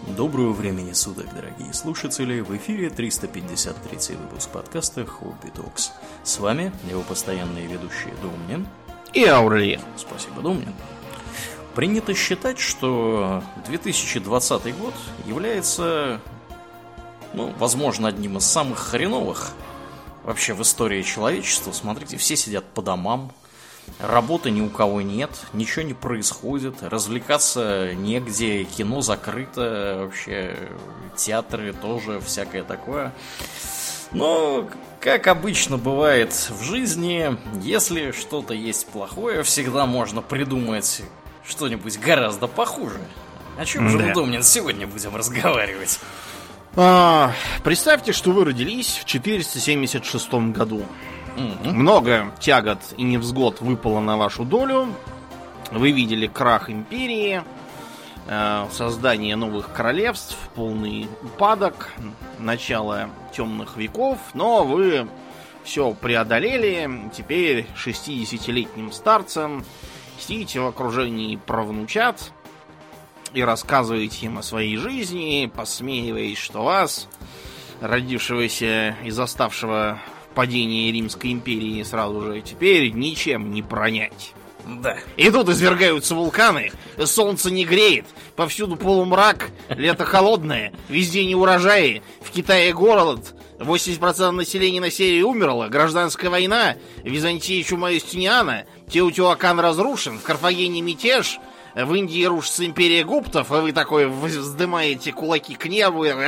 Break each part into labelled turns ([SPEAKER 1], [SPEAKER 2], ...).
[SPEAKER 1] Доброго времени суток, дорогие слушатели! В эфире 353 выпуск подкаста Hobby Talks. С вами его постоянные ведущие Домнин
[SPEAKER 2] и Аурелиен.
[SPEAKER 1] Спасибо, Домнин. Принято считать, что 2020 год является, возможно, одним из самых хреновых вообще в истории человечества. Смотрите, все сидят по домам, работы ни у кого нет, ничего не происходит, развлекаться негде, кино закрыто, вообще театры тоже, всякое такое. Но, как обычно бывает в жизни, если что-то есть плохое, всегда можно придумать что-нибудь гораздо похуже. О чем же мы, Домнин, сегодня будем разговаривать?
[SPEAKER 2] Представьте, что вы родились в 476 году. Много тягот и невзгод выпало на вашу долю. Вы видели крах империи, создание новых королевств, полный упадок, начало темных веков. Но вы все преодолели. Теперь 60-летним старцем сидите в окружении правнучат и рассказываете им о своей жизни, посмеиваясь, что вас, родившегося и заставшего падение Римской империи сразу же, теперь ничем не пронять.
[SPEAKER 1] Да.
[SPEAKER 2] И тут извергаются вулканы, солнце не греет, повсюду полумрак, лето холодное, везде неурожаи, в Китае голод, 80% населения на севере умерло, гражданская война, в Византии чума Юстиниана, Теотиуакан разрушен, в Карфагене мятеж, в Индии рушится империя гуптов, а вы такой вздымаете кулаки к небу и...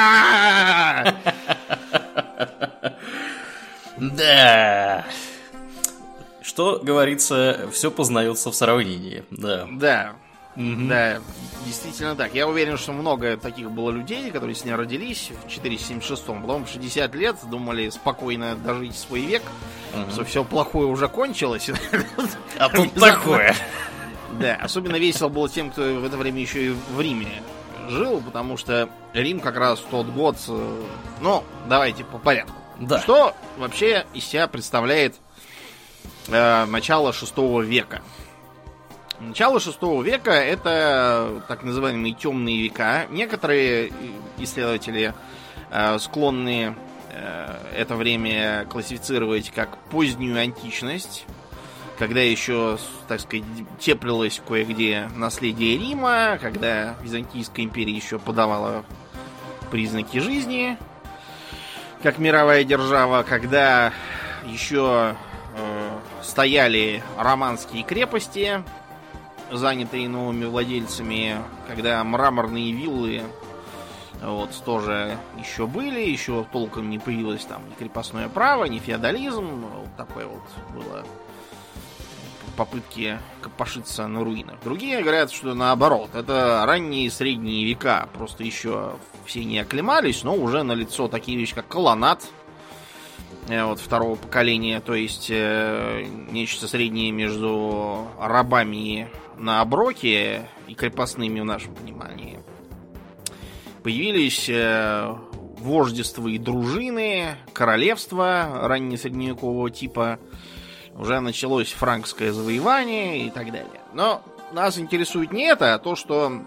[SPEAKER 1] Да. Что говорится, все познается в сравнении. Да.
[SPEAKER 2] Да. Да, действительно так. Я уверен, что много таких было людей, которые с ней родились в 476-м, потом в 60 лет думали спокойно дожить свой век, что все плохое уже кончилось.
[SPEAKER 1] А тут такое.
[SPEAKER 2] Да, особенно весело было тем, кто в это время еще и в Риме жил, потому что Рим как раз в тот год... давайте по порядку.
[SPEAKER 1] Да.
[SPEAKER 2] Что вообще из себя представляет начало 6 века? Начало 6 века — это так называемые темные века. Некоторые исследователи склонны это время классифицировать как позднюю античность, когда еще, так сказать, теплилось кое-где наследие Рима, когда Византийская империя еще подавала признаки жизни как мировая держава, когда еще стояли романские крепости, занятые новыми владельцами, когда мраморные виллы тоже еще были, еще толком не появилось там ни крепостное право, ни феодализм, такое было попытки копошиться на руинах. Другие говорят, что наоборот, это ранние и средние века, просто еще все не оклемались, но уже налицо такие вещи, как колоннад второго поколения, то есть нечто среднее между рабами на оброке и крепостными в нашем понимании. Появились вождества и дружины, королевства раннесредневекового типа, уже началось франкское завоевание и так далее. Но нас интересует не это, а то, что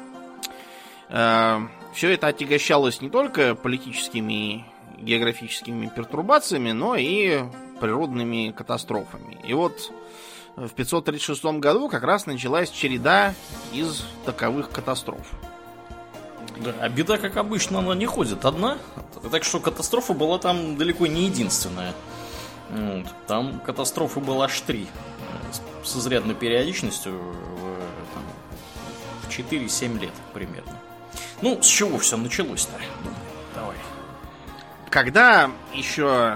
[SPEAKER 2] все это отягощалось не только политическими географическими пертурбациями, но и природными катастрофами. И вот в 536 году как раз началась череда из таковых катастроф.
[SPEAKER 1] Да, а беда, как обычно, она не ходит одна. Так что катастрофа была там далеко не единственная. Там катастрофы было аж 3. С изрядной периодичностью в 4-7 лет примерно. С чего все началось-то? Давай.
[SPEAKER 2] Когда еще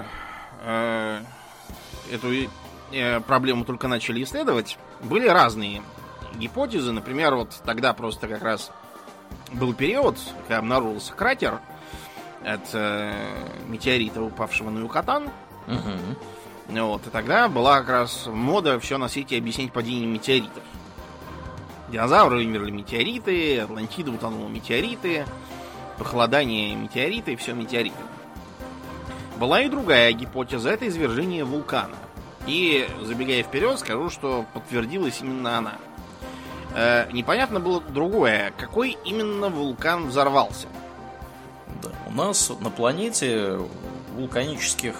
[SPEAKER 2] эту проблему только начали исследовать, были разные гипотезы. Например, тогда просто как раз был период, когда обнаружился кратер от метеорита, упавшего на Юкатан. И тогда была как раз мода все на свете объяснить падение метеоритов. Динозавры вымерли метеориты, Атлантида утонула метеориты, похолодание метеориты, все метеориты. Была и другая гипотеза, это извержение вулкана. И, забегая вперед, скажу, что подтвердилась именно она. непонятно было другое. Какой именно вулкан взорвался?
[SPEAKER 1] Да, у нас на планете вулканических,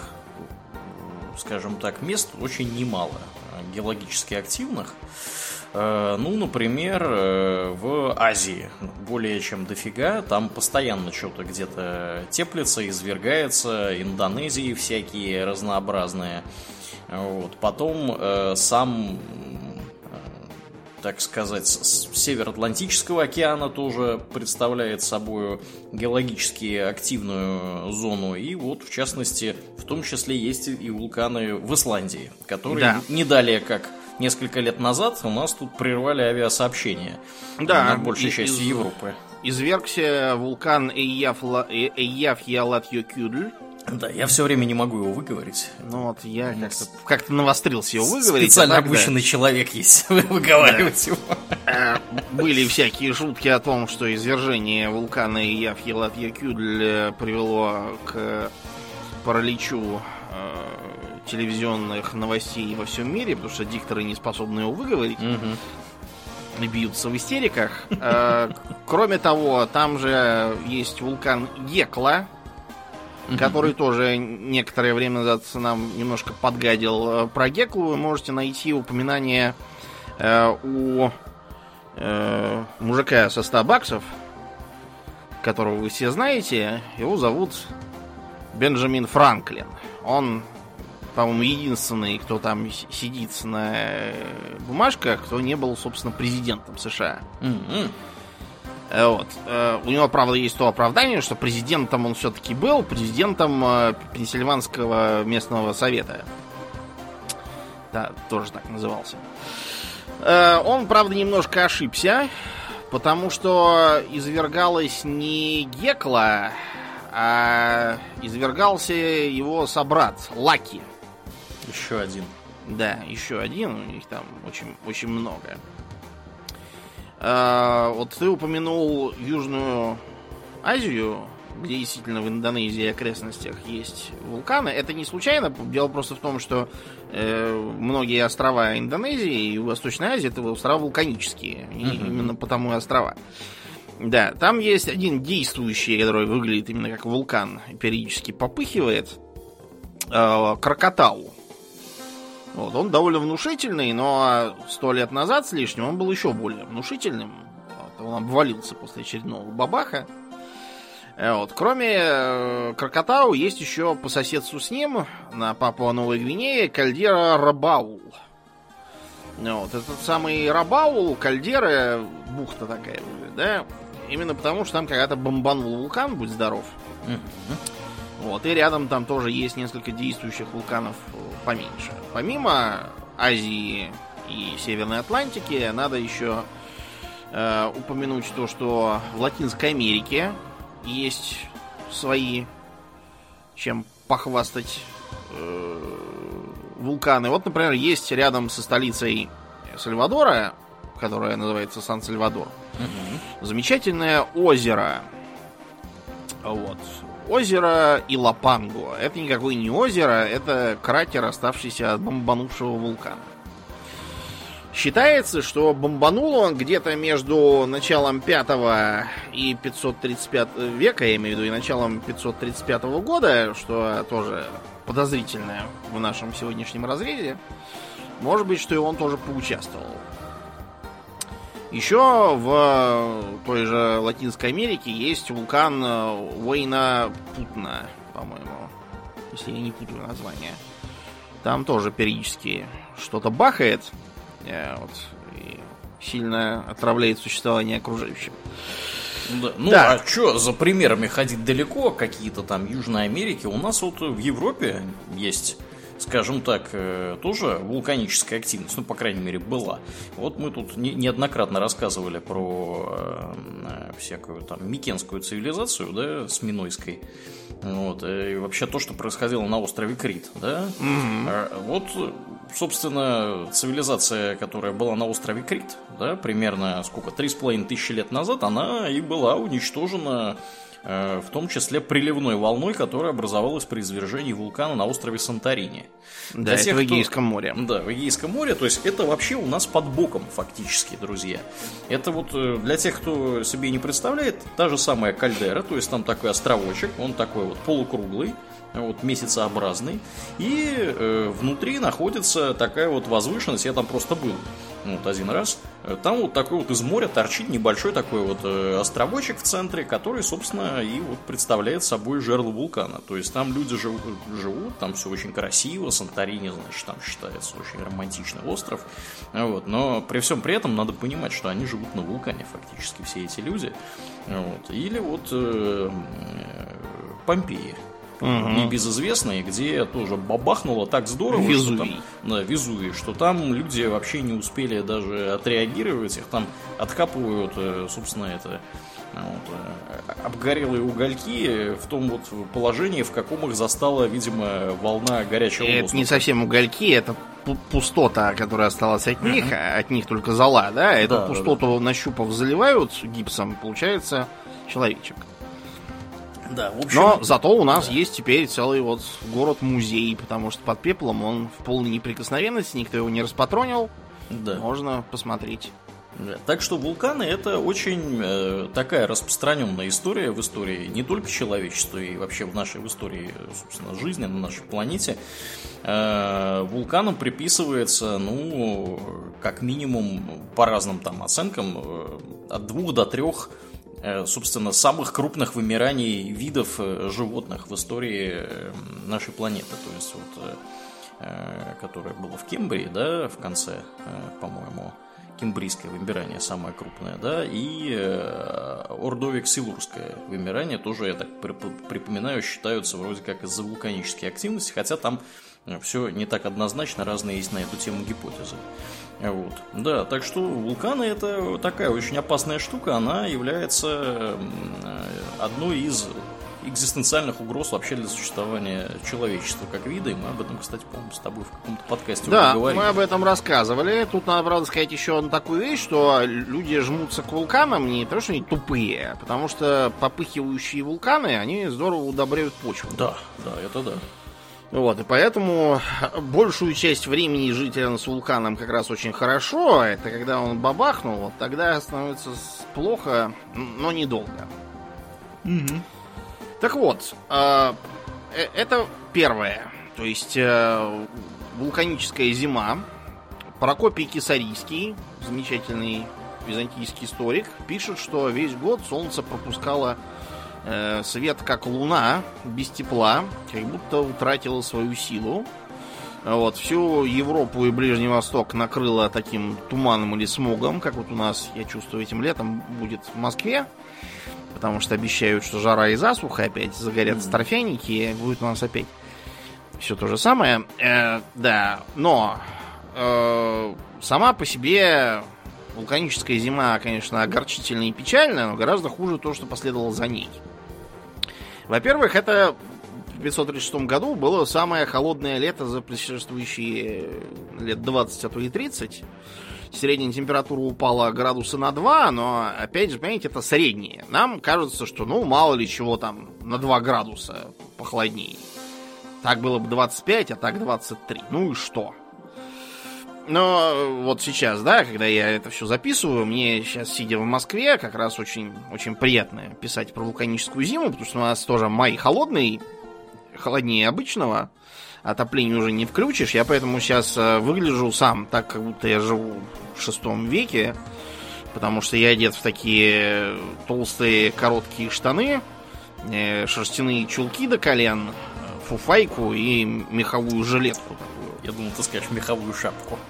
[SPEAKER 1] скажем так, мест очень немало, геологически активных. Ну, например, в Азии более чем дофига. Там постоянно что-то где-то теплится, извергается. Индонезии всякие разнообразные. Вот. Потом сам, так сказать, Североатлантического океана тоже представляет собой геологически активную зону. И вот, в частности, в том числе есть и вулканы в Исландии, которые не далее как несколько лет назад у нас тут прервали авиасообщение на большей части Европы.
[SPEAKER 2] Извергся вулкан Эйяфьялат-Йокюдль.
[SPEAKER 1] Да, я все время не могу его выговорить.
[SPEAKER 2] Ну вот я как-то навострился его выговорить.
[SPEAKER 1] Специально обученный человек есть выговаривать его.
[SPEAKER 2] Были всякие шутки о том, что извержение вулкана Эйяфьялат-Йокюдль привело к параличу телевизионных новостей во всем мире, потому что дикторы не способны его выговорить. И бьются в истериках. Кроме того, там же есть вулкан Гекла, который тоже некоторое время назад нам немножко подгадил. Про Геклу вы можете найти упоминание у мужика со 100 баксов, которого вы все знаете. Его зовут Бенджамин Франклин. Он, по-моему, единственный, кто там сидит на бумажках, кто не был, собственно, президентом США. Вот. У него, правда, есть то оправдание, что президентом он все-таки был, президентом Пенсильванского местного совета. Да, тоже так назывался. Он, правда, немножко ошибся, потому что извергалась не Гекла, а извергался его собрат Лаки.
[SPEAKER 1] Еще один.
[SPEAKER 2] Да, еще один, у них там очень, очень много. Вот ты упомянул Южную Азию, где действительно в Индонезии и окрестностях есть вулканы. Это не случайно. Дело просто в том, что многие острова Индонезии и Восточной Азии — это острова вулканические. Именно потому и острова. Да, там есть один действующий, который выглядит именно как вулкан, периодически попыхивает. Кракатау. Вот, он довольно внушительный, но 100 лет назад с лишним он был еще более внушительным. Вот, он обвалился после очередного бабаха. Вот. Кроме Кракатау, есть еще по соседству с ним на Папуа-Новой Гвинее кальдера Рабаул. Вот. Этот самый Рабаул, кальдера, бухта такая, да, именно потому, что там когда-то бомбанул вулкан, будь здоров. Вот, и рядом там тоже есть несколько действующих вулканов поменьше. Помимо Азии и Северной Атлантики, надо еще упомянуть то, что в Латинской Америке есть свои, чем похвастать, вулканы. Вот, например, есть рядом со столицей Сальвадора, которая называется Сан-Сальвадор, замечательное озеро. Вот. Озеро Илапанго. Это никакое не озеро, это кратер, оставшийся от бомбанувшего вулкана. Считается, что бомбанул он где-то между началом 5 и 535 века, я имею в виду, и началом 535 года, что тоже подозрительно в нашем сегодняшнем разрезе. Может быть, что и он тоже поучаствовал. Еще в той же Латинской Америке есть вулкан Уэйна-Путна, по-моему, если я не путаю название. Там тоже периодически что-то бахает, вот, и сильно отравляет существование окружающим.
[SPEAKER 1] Да. Ну, да. А что за примерами ходить далеко? Какие-то там Южной Америки. У нас вот в Европе есть, скажем так, тоже вулканическая активность, ну, по крайней мере, была. Вот мы тут неоднократно рассказывали про всякую там микенскую цивилизацию, да, с Минойской. Вот, и вообще то, что происходило на острове Крит, да. Вот, собственно, цивилизация, которая была на острове Крит, да, примерно, сколько, 3500 лет назад, она и была уничтожена в том числе приливной волной, которая образовалась при извержении вулкана на острове Санторини.
[SPEAKER 2] Да, это в Эгейском море.
[SPEAKER 1] Да, в Эгейском море, то есть это вообще у нас под боком фактически, друзья. Это вот для тех, кто себе не представляет, та же самая кальдера, то есть там такой островочек, он такой вот полукруглый, вот, месяцеобразный, и внутри находится такая вот возвышенность, я там просто был вот один раз, там вот такой вот из моря торчит небольшой такой вот островочек в центре, который, собственно, и вот представляет собой жерло вулкана, то есть там люди живут, там все очень красиво, Санторини, значит, там считается очень романтичный остров, вот, но при всем при этом надо понимать, что они живут на вулкане фактически, все эти люди, вот, или вот Помпеи. Небезызвестные, где тоже бабахнуло так здорово,
[SPEAKER 2] Везувий.
[SPEAKER 1] что там, да, Везувий, что там люди вообще не успели даже отреагировать, их там откапывают, собственно, это вот, обгорелые угольки в том вот положении, в каком их застала, видимо, волна горячего воздуха.
[SPEAKER 2] Это не совсем угольки, это пустота, которая осталась от них, а от них только зола, да? Эту
[SPEAKER 1] Да,
[SPEAKER 2] пустоту, нащупав, заливают гипсом, получается человечек.
[SPEAKER 1] Да, в общем,
[SPEAKER 2] но зато у нас есть теперь целый вот город-музей, потому что под пеплом он в полной неприкосновенности, никто его не распатронил,
[SPEAKER 1] да.
[SPEAKER 2] Можно посмотреть.
[SPEAKER 1] Да. Так что вулканы это очень такая распространенная история в истории не только человечества и вообще в нашей в истории, собственно, жизни на нашей планете. Вулканам приписывается, ну, как минимум, по разным там оценкам, от 2 до 3 собственно, самых крупных вымираний видов животных в истории нашей планеты. То есть, вот, которое было в Кембрии, да, в конце, по-моему, кембрийское вымирание самое крупное, да, и Ордовик-Силурское вымирание тоже, я так припоминаю, считаются вроде как из-за вулканической активности, хотя там все не так однозначно, разные есть на эту тему гипотезы. Вот. Да, так что вулканы это такая очень опасная штука, она является одной из экзистенциальных угроз вообще для существования человечества как вида, и мы об этом, кстати, по-моему, с тобой в каком-то подкасте уже говорили.
[SPEAKER 2] Да, мы об этом рассказывали. Тут надо, правда, сказать еще одну такую вещь, что люди жмутся к вулканам не потому, что они тупые, а потому что попыхивающие вулканы, они здорово удобряют почву.
[SPEAKER 1] Да, это да.
[SPEAKER 2] Вот, и поэтому большую часть времени жить рядом с вулканом как раз очень хорошо. Это когда он бабахнул, вот тогда становится плохо, но недолго.
[SPEAKER 1] Угу.
[SPEAKER 2] Так вот, это первое. То есть вулканическая зима. Прокопий Кесарийский, замечательный византийский историк, пишет, что весь год солнце пропускало свет как луна, без тепла, как будто утратила свою силу. Вот, всю Европу и Ближний Восток накрыло таким туманом или смогом, как вот у нас, я чувствую, этим летом будет в Москве, потому что обещают, что жара и засуха, опять загорятся торфяники, и будет у нас опять все то же самое. Да, но сама по себе вулканическая зима, конечно, огорчительная и печальная, но гораздо хуже то, что последовало за ней. Во-первых, это в 536 году было самое холодное лето за предшествующие лет 20, а то и 30. Средняя температура упала градуса на 2, но, опять же, понимаете, это среднее. Нам кажется, что, ну, мало ли чего там на 2 градуса похолоднее. Так было бы 25, а так 23. Ну и что? Но вот сейчас, да, когда я это все записываю, мне сейчас, сидя в Москве, как раз очень, очень приятно писать про вулканическую зиму, потому что у нас тоже май холодный, холоднее обычного, отопление уже не включишь. Я поэтому сейчас выгляжу сам так, как будто я живу в 6 веке, потому что я одет в такие толстые короткие штаны, шерстяные чулки до колен, фуфайку и меховую жилетку такую.
[SPEAKER 1] Я думал, ты скажешь меховую шапку.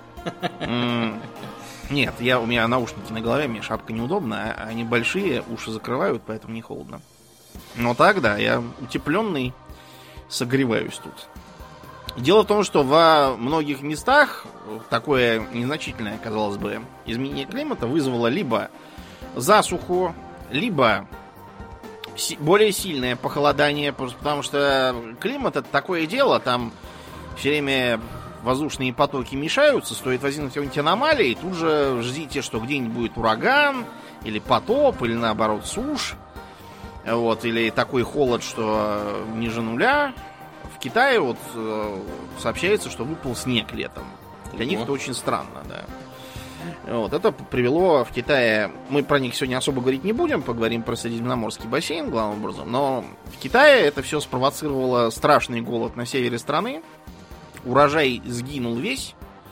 [SPEAKER 2] Нет, у меня наушники на голове, мне шапка неудобна, они большие, уши закрывают, поэтому не холодно. Но так, да, я утепленный, согреваюсь тут. Дело в том, что во многих местах такое незначительное, казалось бы, изменение климата вызвало либо засуху, либо более сильное похолодание, потому что климат — это такое дело, там все время воздушные потоки мешаются, стоит возникнуть какой-нибудь аномалии, и тут же ждите, что где-нибудь будет ураган, или потоп, или наоборот сушь. Вот, или такой холод, что ниже нуля. В Китае вот сообщается, что выпал снег летом. Для них это очень странно, да. Вот, это привело в Китае... Мы про них сегодня особо говорить не будем, поговорим про Средиземноморский бассейн, главным образом. Но в Китае это все спровоцировало страшный голод на севере страны. Урожай сгинул весь.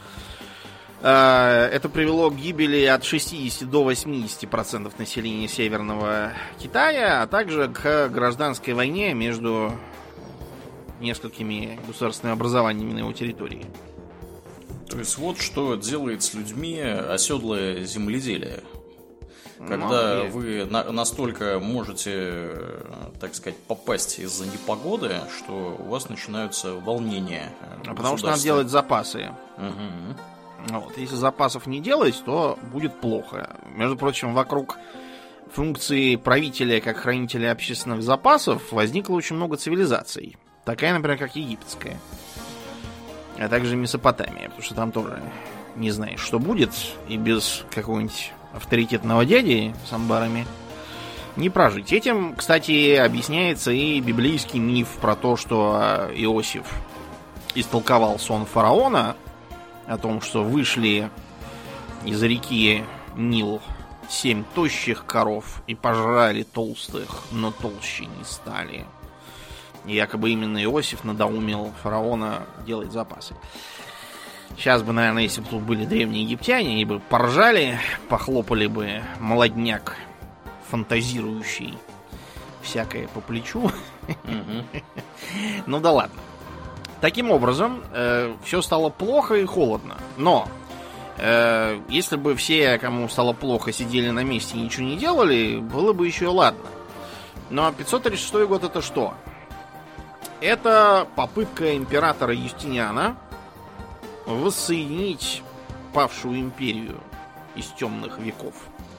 [SPEAKER 2] Это привело к гибели от 60 до 80% населения Северного Китая, а также к гражданской войне между несколькими государственными образованиями на его территории.
[SPEAKER 1] То есть вот что делает с людьми оседлое земледелие. Когда вы настолько можете, так сказать, попасть из-за непогоды, что у вас начинаются волнения.
[SPEAKER 2] Потому что надо делать запасы. Вот. Если запасов не делать, то будет плохо. Между прочим, вокруг функции правителя как хранителя общественных запасов возникло очень много цивилизаций. Такая, например, как египетская. А также Месопотамия, потому что там тоже не знаешь, что будет, и без какого-нибудь авторитетного дяди с амбарами не прожить. Этим, кстати, объясняется и библейский миф про то, что Иосиф истолковал сон фараона о том, что вышли из реки Нил 7 тощих коров и пожрали толстых, но толще не стали. И якобы именно Иосиф надоумил фараона делать запасы. Сейчас бы, наверное, если бы тут были древние египтяне, они бы поржали, похлопали бы молодняк фантазирующий всякое по плечу. Ну да ладно. Таким образом, все стало плохо и холодно. Но если бы все, кому стало плохо, сидели на месте и ничего не делали, было бы еще ладно. Но 536 год это что? Это попытка императора Юстиниана воссоединить павшую империю из темных веков.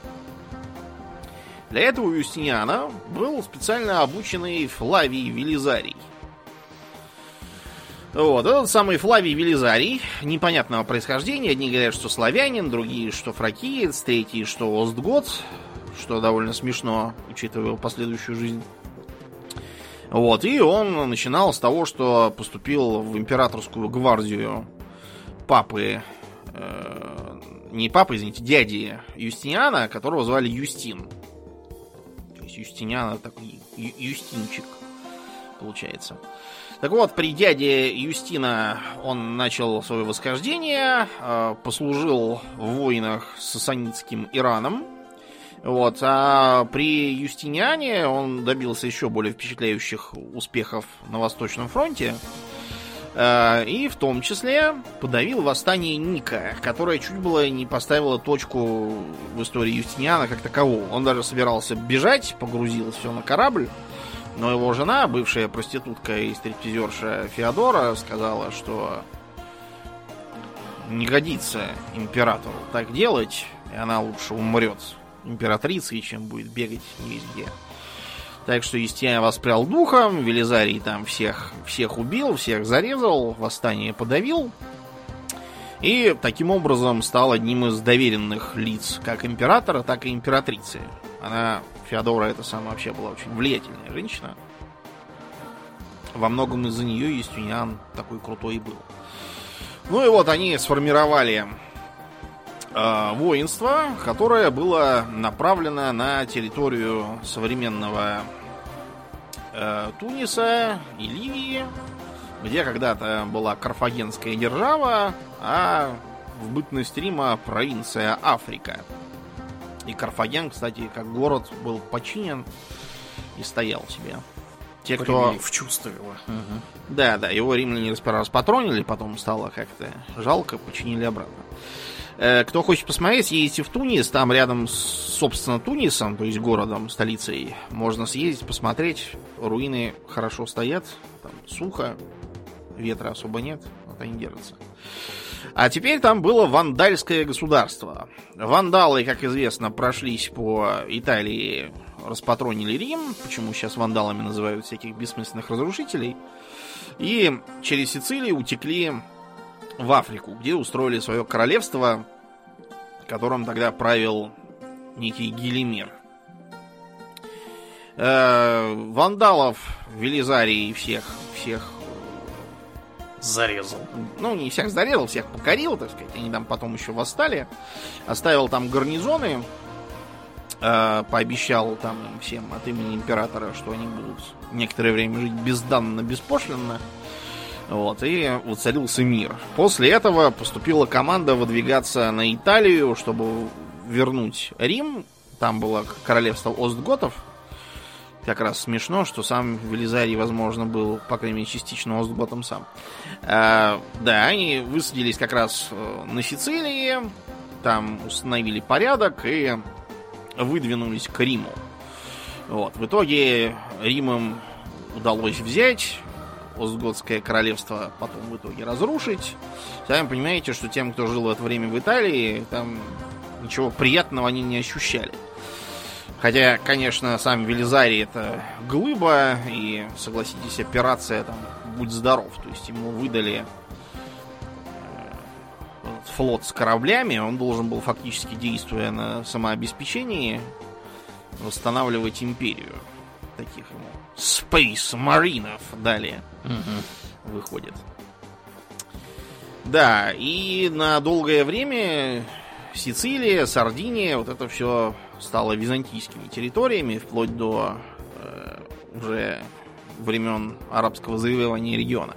[SPEAKER 2] Для этого у Юстиниана был специально обученный Флавий Велизарий. Вот, этот самый Флавий Велизарий непонятного происхождения. Одни говорят, что славянин, другие, что фракиец, третьи, что остгот, что довольно смешно, учитывая его последующую жизнь. Вот, и он начинал с того, что поступил в императорскую гвардию папы, не папы, извините, дяди Юстиниана, которого звали Юстин. То есть Юстиниана такой Юстинчик, получается. Так вот, при дяде Юстина он начал свое восхождение, послужил в войнах с сасанидским Ираном. Вот, а при Юстиниане он добился еще более впечатляющих успехов на Восточном фронте. И в том числе подавил восстание Ника, которое чуть было не поставило точку в истории Юстиниана как такового. Он даже собирался бежать, погрузил все на корабль. Но его жена, бывшая проститутка и стриптизерша Феодора, сказала, что не годится императору так делать, и она лучше умрет императрицей, чем будет бегать везде. Так что Юстиниан воспрял духом, Велизарий там всех убил, всех зарезал, восстание подавил. И таким образом стал одним из доверенных лиц как императора, так и императрицы. Она, Феодора, это сама вообще была очень влиятельная женщина. Во многом из-за нее Юстиниан такой крутой и был. Ну и вот они сформировали воинство, которое было направлено на территорию современного Туниса и Ливии, где когда-то была карфагенская держава, а в бытность Рима провинция Африка. И Карфаген, кстати, как город был подчинен и стоял себе. Те, кто
[SPEAKER 1] в чувство его.
[SPEAKER 2] Да, его римляне раз патронили, потом стало как-то жалко, починили обратно. Кто хочет посмотреть, съездите в Тунис, там рядом с, собственно, Тунисом, то есть городом, столицей, можно съездить, посмотреть. Руины хорошо стоят, там сухо, ветра особо нет, вот они держатся. А теперь там было вандальское государство. Вандалы, как известно, прошлись по Италии, распатронили Рим, почему сейчас вандалами называют всяких бессмысленных разрушителей, и через Сицилию утекли в Африку, где устроили свое королевство, которым тогда правил некий Гелимир. Вандалов, Велизарий всех
[SPEAKER 1] зарезал.
[SPEAKER 2] Ну, не всех зарезал, всех покорил, так сказать. Они там потом еще восстали. Оставил там гарнизоны. Пообещал там им всем от имени императора, что они будут некоторое время жить безданно, беспошлинно. Вот, и воцарился мир. После этого поступила команда выдвигаться на Италию, чтобы вернуть Рим. Там было королевство Остготов. Как раз смешно, что сам Велизарий, возможно, был, по крайней мере, частично Остготом сам. Да, они высадились как раз на Сицилии, там установили порядок и выдвинулись к Риму. Вот. В итоге Рим им удалось взять, Остготское королевство потом в итоге разрушить. Сами понимаете, что тем, кто жил в это время в Италии, там ничего приятного они не ощущали. Хотя, конечно, сам Велизарий это глыба, и, согласитесь, операция там «Будь здоров». То есть ему выдали флот с кораблями, он должен был, фактически действуя на самообеспечении, восстанавливать империю. Таких ему Space Маринов далее выходит. Да, и на долгое время Сицилия, Сардиния, вот это все стало византийскими территориями, вплоть до уже времен арабского завоевания региона.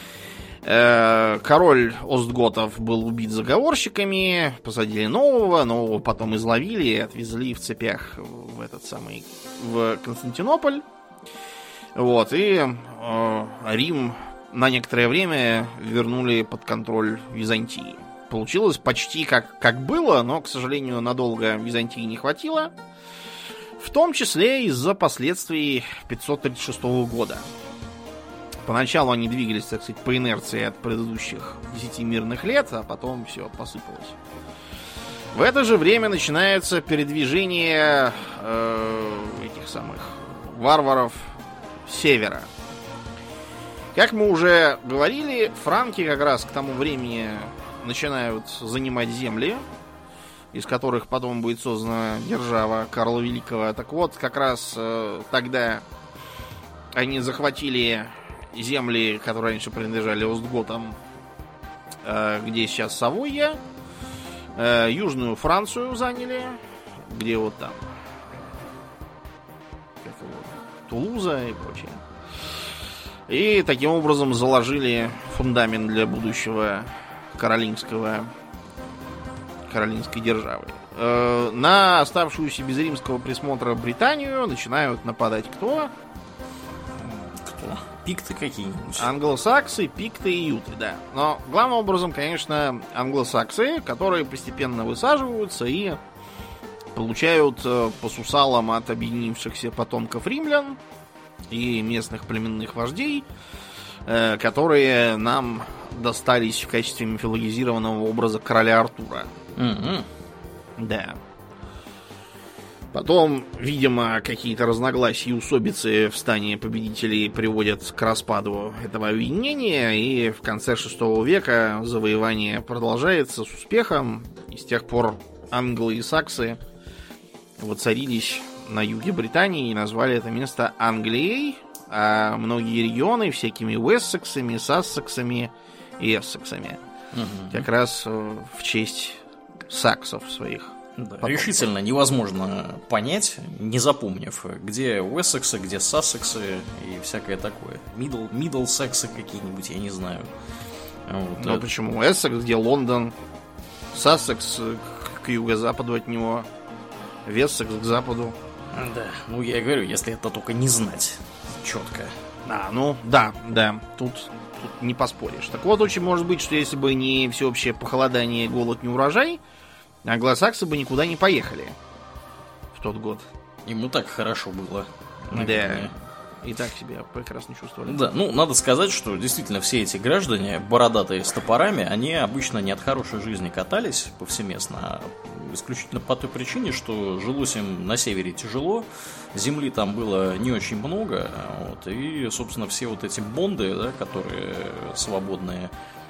[SPEAKER 2] Король Остготов был убит заговорщиками, посадили нового потом изловили и отвезли в цепях в Константинополь. Вот, и Рим на некоторое время вернули под контроль Византии. Получилось почти как было, но, к сожалению, надолго Византии не хватило. В том числе из-за последствий 536 года. Поначалу они двигались, так сказать, по инерции от предыдущих 10 мирных лет, а потом все посыпалось. В это же время начинается передвижение этих самых варваров с севера. Как мы уже говорили, франки как раз к тому времени начинают занимать земли, из которых потом будет создана держава Карла Великого. Так вот, как раз тогда они захватили земли, которые раньше принадлежали Остготам, где сейчас Савойя, Южную Францию заняли, где вот там Тулуза и прочее. И таким образом заложили фундамент для будущего каролинской державы. На оставшуюся без римского присмотра Британию начинают нападать кто?
[SPEAKER 1] Пикты какие-нибудь.
[SPEAKER 2] Англосаксы, пикты и юты, да. Но главным образом, конечно, англосаксы, которые постепенно высаживаются и получают по сусалам от объединившихся потомков римлян и местных племенных вождей, которые нам достались в качестве мифологизированного образа короля Артура. Да. Потом, видимо, какие-то разногласия и усобицы в стане победителей приводят к распаду этого объединения, и в конце VI века завоевание продолжается с успехом, и с тех пор англы и саксы воцарились на юге Британии и назвали это место Англией, а многие регионы всякими Уэссексами, Сассексами и Эссексами. Как раз в честь саксов своих.
[SPEAKER 1] Да, решительно невозможно понять, не запомнив, где Уэссексы, где Сассексы и всякое такое. Миддлсексы какие-нибудь, я не знаю. Вот.
[SPEAKER 2] Ну почему? Эссекс, где Лондон, Сассекс к юго-западу от него, Вессекс к западу.
[SPEAKER 1] Да, ну я и говорю, если это только не знать четко.
[SPEAKER 2] Ну да, тут не поспоришь. Так вот, очень может быть, что если бы не всеобщее похолодание, голод, не урожай, англосаксы бы никуда не поехали в тот год.
[SPEAKER 1] Ему так хорошо было.
[SPEAKER 2] Наверное. Да. И так себя прекрасно чувствовали.
[SPEAKER 1] Да, ну, надо сказать, что действительно все эти граждане, бородатые с топорами, они обычно не от хорошей жизни катались повсеместно, а исключительно по той причине, что жилось им на севере тяжело, земли там было не очень много, вот, и, собственно, все вот эти бонды, да, которые свободные,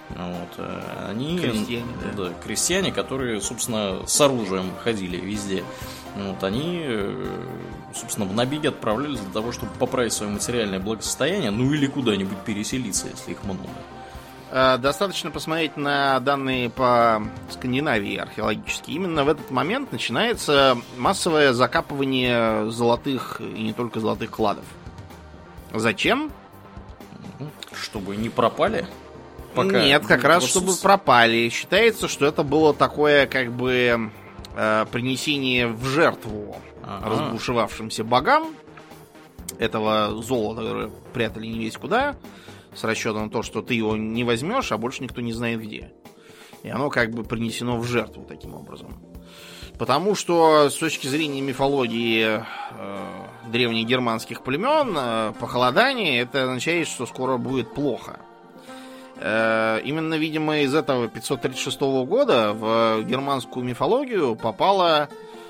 [SPEAKER 1] Вот, они...
[SPEAKER 2] Крестьяне, да.
[SPEAKER 1] Да, крестьяне, которые, собственно, с оружием ходили везде. Вот, они, собственно, в набеги отправлялись для того, чтобы поправить свое материальное благосостояние, ну или куда-нибудь переселиться, если их много.
[SPEAKER 2] Достаточно посмотреть на данные по Скандинавии археологические. Именно в этот момент начинается массовое закапывание золотых и не только золотых кладов. Зачем?
[SPEAKER 1] Чтобы не пропали? Пока
[SPEAKER 2] нет, как раз чтобы пропали. Считается, что это было такое, как бы, принесение в жертву разбушевавшимся богам этого золота, которое прятали не весь куда, с расчетом на то, что ты его не возьмешь, а больше никто не знает где. И оно как бы принесено в жертву таким образом. Потому что с точки зрения мифологии древних германских племен, похолодание это означает, что скоро будет плохо. Именно, видимо, из этого 536 года в германскую мифологию попала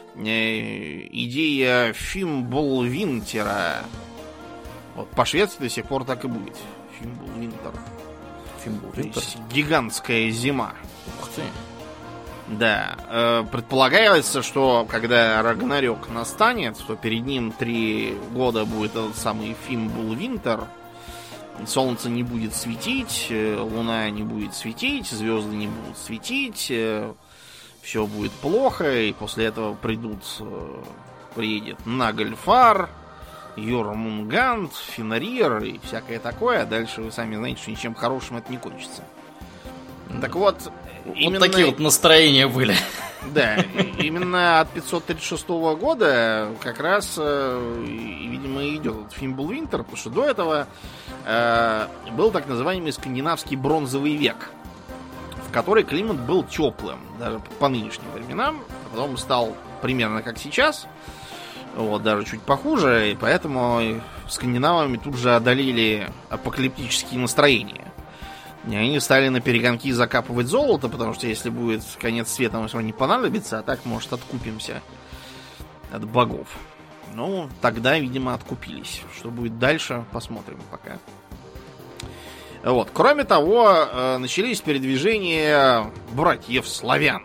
[SPEAKER 2] идея Фимбулвинтера. Вот по-шведски до сих пор так и будет. Фимбулвинтер.
[SPEAKER 1] Фимбулвинтер.
[SPEAKER 2] Гигантская зима.
[SPEAKER 1] Ух ты.
[SPEAKER 2] Да. Предполагается, что когда Рагнарёк настанет, то перед ним 3 года будет этот самый Фимбулвинтер. Солнце не будет светить, луна не будет светить, звезды не будут светить, все будет плохо, и после этого приедет Нагльфар, Йормунганд, Фенрир и всякое такое, а дальше вы сами знаете, что ничем хорошим это не кончится. Так вот,
[SPEAKER 1] именно... Вот такие вот настроения были.
[SPEAKER 2] Да, именно от 536 года как раз, видимо, идет Фимбулвинтер, потому что до этого был так называемый скандинавский бронзовый век, в который климат был теплым, даже по нынешним временам, а потом стал примерно как сейчас, вот, даже чуть похуже, и поэтому скандинавами тут же одолели апокалиптические настроения. И они стали на перегонки закапывать золото, потому что если будет конец света, нам все равно не понадобится, а так, может, откупимся от богов. Ну, тогда, видимо, откупились. Что будет дальше, посмотрим пока. Вот. Кроме того, начались передвижения братьев-славян.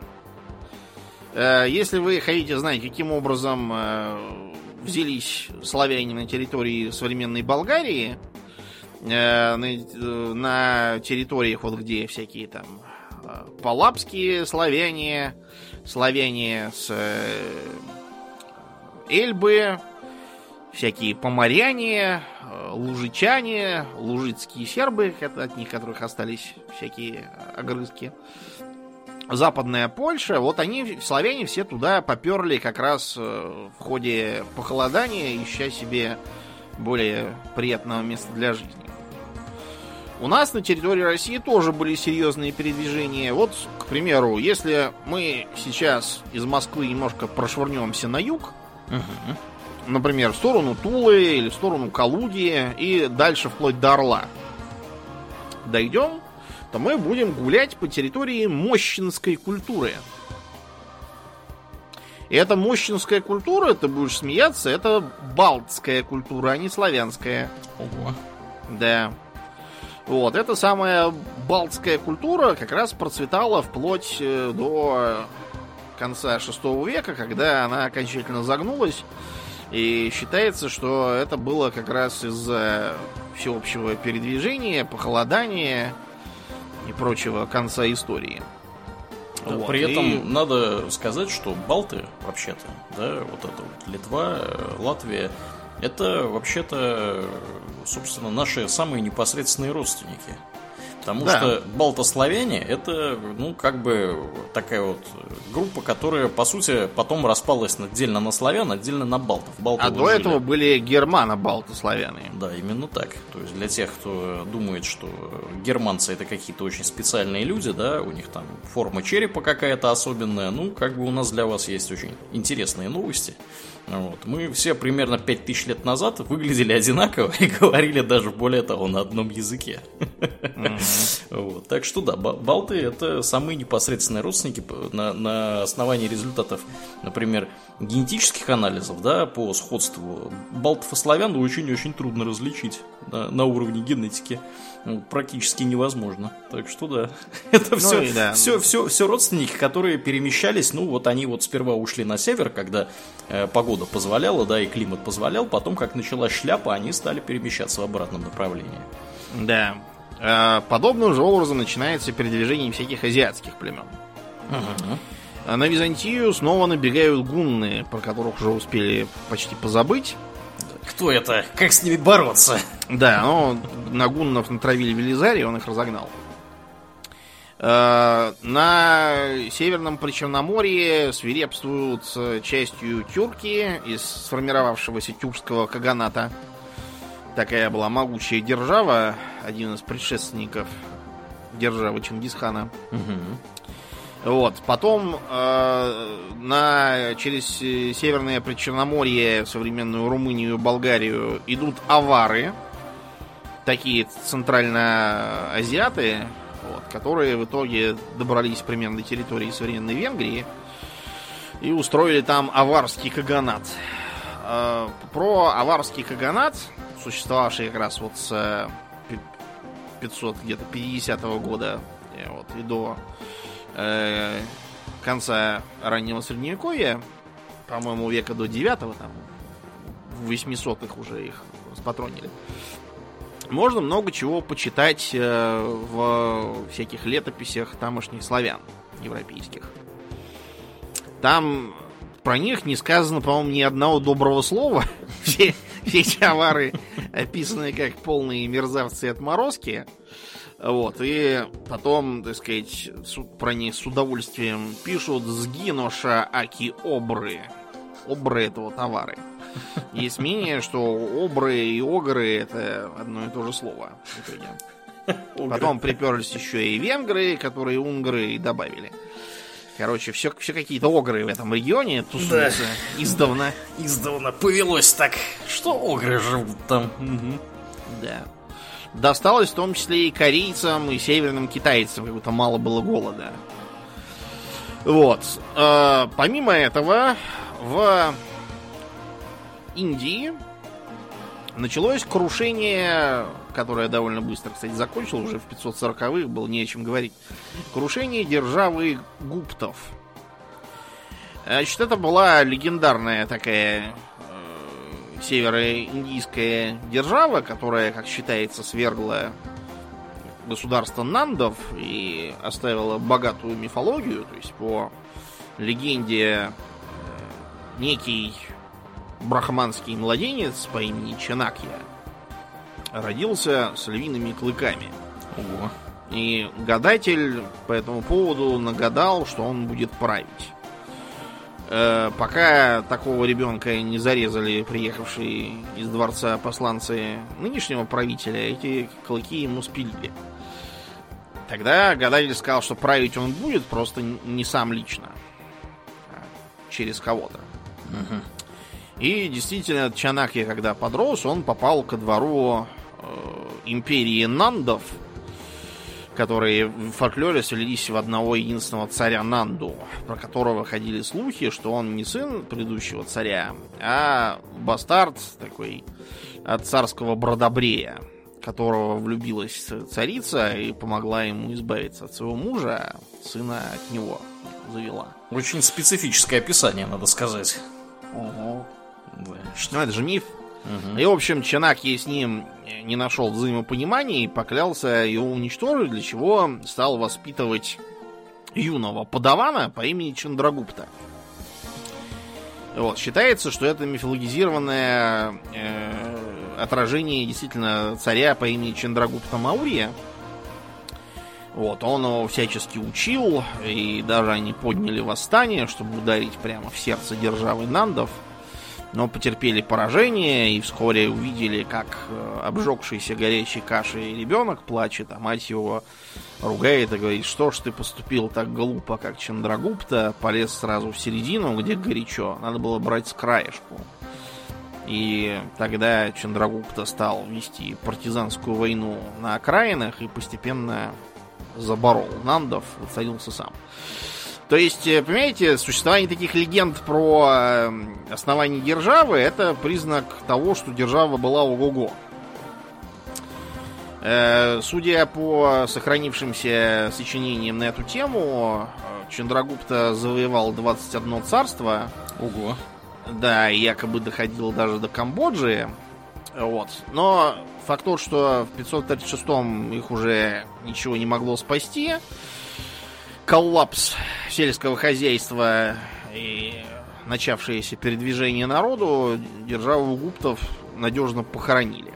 [SPEAKER 2] Если вы хотите знать, каким образом взялись славяне на территории современной Болгарии, на территориях, вот где всякие там палапские славяне, славяне с Эльбы, всякие поморяне, лужичане, лужицкие сербы, это от них, которых остались всякие огрызки, Западная Польша, вот они, славяне, все туда поперли как раз в ходе похолодания, ища себе более приятного места для жизни. У нас на территории России тоже были серьезные передвижения. Вот, к примеру, если мы сейчас из Москвы немножко прошвырнемся на юг, например, в сторону Тулы или в сторону Калуги и дальше вплоть до Орла дойдем, то мы будем гулять по территории мощинской культуры. И эта мощинская культура, ты будешь смеяться, это балтская культура, а не славянская.
[SPEAKER 1] Ого.
[SPEAKER 2] Да. Вот, эта самая балтская культура как раз процветала вплоть до конца 6 века, когда она окончательно загнулась. И считается, что это было как раз из-за всеобщего передвижения, похолодания и прочего конца истории.
[SPEAKER 1] Да,
[SPEAKER 2] вот.
[SPEAKER 1] При этом надо сказать, что балты, вообще-то, да, вот это вот Литва, Латвия, это вообще-то, собственно, наши самые непосредственные родственники. Потому что балтославяне это, ну, как бы такая вот группа, которая, по сути, потом распалась отдельно на славян, отдельно на балтов.
[SPEAKER 2] А до этого были германо-балтославяне.
[SPEAKER 1] Да, именно так. То есть для тех, кто думает, что германцы это какие-то очень специальные люди, да, у них там форма черепа какая-то особенная, ну, как бы у нас для вас есть очень интересные новости. Вот. Мы все примерно 5000 лет назад выглядели одинаково и говорили даже, более того, на одном языке. Вот. Так что да, балты это самые непосредственные родственники на основании результатов, например, генетических анализов, да, по сходству балтов и славян очень-очень трудно различить. на уровне генетики практически невозможно. Так что да, это все родственники, которые перемещались. Ну вот они вот сперва ушли на север, когда погода позволяла, да, и климат позволял. Потом, как началась шляпа, они стали перемещаться в обратном направлении.
[SPEAKER 2] Да. Подобным же образом начинается передвижение всяких азиатских племен. На Византию снова набегают гунны, про которых уже успели почти позабыть.
[SPEAKER 1] Кто это? Как с ними бороться?
[SPEAKER 2] Да, но на гуннов натравили Велизарий, он их разогнал. На Северном Причерноморье свирепствуют частью тюрки из сформировавшегося тюркского каганата. Такая была могучая держава, один из предшественников державы Чингисхана. Вот. Потом через Северное Причерноморье, современную Румынию и Болгарию идут авары, такие центральноазиаты, вот, которые в итоге добрались примерно до территории современной Венгрии и устроили там аварский каганат. Про аварский каганат, существовавший как раз вот с 550 года вот, и до конца раннего средневековья, по-моему, века до 9-го, там, в 800-х уже их спатронили. Можно много чего почитать в всяких летописях тамошних славян европейских. Там про них не сказано, по-моему, ни одного доброго слова. Все эти авары описаны как полные мерзавцы и отморозки. Вот, и потом, так сказать, про них с удовольствием пишут «сгиноша аки обры». Обры — это вот авары. Есть мнение, что обры и огры — это одно и то же слово в итоге. Потом приперлись еще и венгры, которые унгры и добавили. Короче, все какие-то огры в этом регионе тусуются, да. Издавна
[SPEAKER 1] повелось так, что огры живут там.
[SPEAKER 2] Да. Досталось в том числе и корейцам, и северным китайцам, как будто мало было голода. Вот. Помимо этого, в Индии началось крушение, которое довольно быстро, кстати, закончилось, уже в 540-х, было не о чем говорить. Крушение державы гуптов. Значит, это была легендарная такая североиндийская держава, которая, как считается, свергла государство нандов и оставила богатую мифологию. То есть, по легенде, некий брахманский младенец по имени Чанакья родился с львиными клыками.
[SPEAKER 1] Ого.
[SPEAKER 2] И гадатель по этому поводу нагадал, что он будет править. Пока такого ребенка не зарезали приехавшие из дворца посланцы нынешнего правителя, эти клыки ему спилили. Тогда гадатель сказал, что править он будет, просто не сам лично, а через кого-то.
[SPEAKER 1] Угу.
[SPEAKER 2] И действительно, Чанакья, когда подрос, он попал ко двору империи нандов, которые в фольклоре свелись в одного единственного царя Нанду, про которого ходили слухи, что он не сын предыдущего царя, а бастард такой от царского Бродобрея, которого влюбилась царица и помогла ему избавиться от своего мужа, а сына от него завела.
[SPEAKER 1] Очень специфическое описание, надо сказать.
[SPEAKER 2] Угу. Да. Ну, это же миф. Угу. И, в общем, Чанакья с ним не нашел взаимопонимания и поклялся его уничтожить, для чего стал воспитывать юного подавана по имени Чандрагупта. Вот. Считается, что это мифологизированное отражение действительно царя по имени Чандрагупта Маурья. Вот. Он его всячески учил, и даже они подняли восстание, чтобы ударить прямо в сердце державы нандов. Но потерпели поражение и вскоре увидели, как обжегшийся горячей кашей ребенок плачет, а мать его ругает и говорит: что ж ты поступил так глупо, как Чандрагупта, полез сразу в середину, где горячо, надо было брать с краешку. И тогда Чандрагупта стал вести партизанскую войну на окраинах и постепенно заборол нандов, воцарился сам. То есть, понимаете, существование таких легенд про основание державы — это признак того, что держава была ого-го. Судя по сохранившимся сочинениям на эту тему, Чандрагупта завоевал 21 царство.
[SPEAKER 1] Ого.
[SPEAKER 2] Да, и якобы доходил даже до Камбоджи. Вот. Но факт тот, что в 536-м их уже ничего не могло спасти. Коллапс сельского хозяйства и начавшееся передвижение народу державу гуптов надежно похоронили.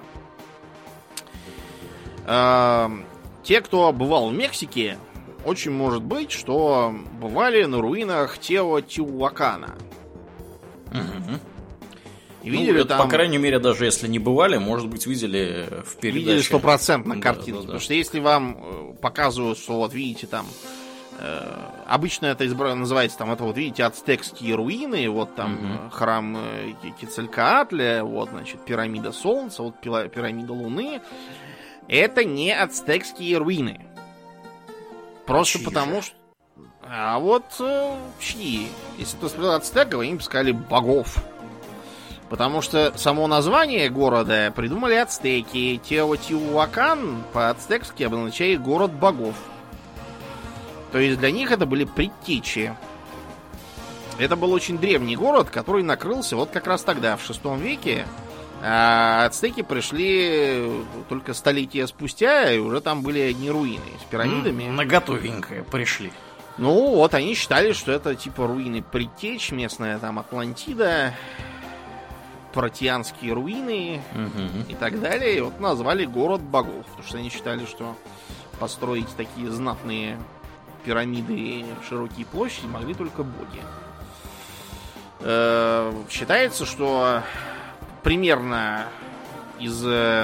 [SPEAKER 2] Те, кто бывал в Мексике, очень может быть, что бывали на руинах Теотиуакана.
[SPEAKER 1] Угу.
[SPEAKER 2] И видели
[SPEAKER 1] это,
[SPEAKER 2] там...
[SPEAKER 1] по крайней мере, даже если не бывали, может быть, видели в передаче.
[SPEAKER 2] Видели стопроцентно картинки.
[SPEAKER 1] Да.
[SPEAKER 2] Потому что если вам показывают, что вот видите там... обычно это называется там, это вот видите, ацтекские руины, вот там храм Кецалькоатля, вот, значит, пирамида Солнца, вот пирамида Луны. Это не ацтекские руины. Просто чьи потому же? Что... А вот чьи? Если ты спросил ацтеков, они бы сказали богов. Потому что само название города придумали ацтеки. Теотиуакан по-ацтекски обозначает город богов. То есть для них это были предтечи. Это был очень древний город, который накрылся вот как раз тогда, в VI веке. А ацтеки пришли только столетия спустя, и уже там были одни руины с пирамидами.
[SPEAKER 1] Наготовенькое пришли.
[SPEAKER 2] Ну, вот они считали, что это типа руины предтеч, местная там Атлантида, протеанские руины и так далее. И вот назвали город богов, потому что они считали, что построить такие знатные пирамиды и широкие площади могли только боги. Считается, что примерно из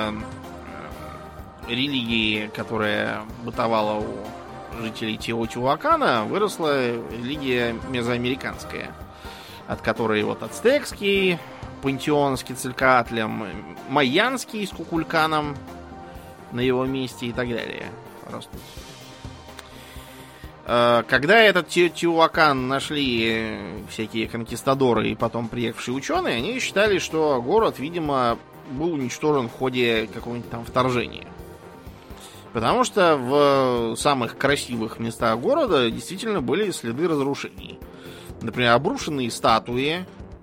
[SPEAKER 2] религии, которая бытовала у жителей Теотиуакана, выросла религия мезоамериканская, от которой вот ацтекский пантеон с Кецалькоатлем, майянский с Кукульканом на его месте и так далее растут. Когда этот Теотиуакан нашли всякие конкистадоры и потом приехавшие ученые, они считали, что город, видимо, был уничтожен в ходе какого-нибудь там вторжения. Потому что в самых красивых местах города действительно были следы разрушений. Например, обрушенные статуи,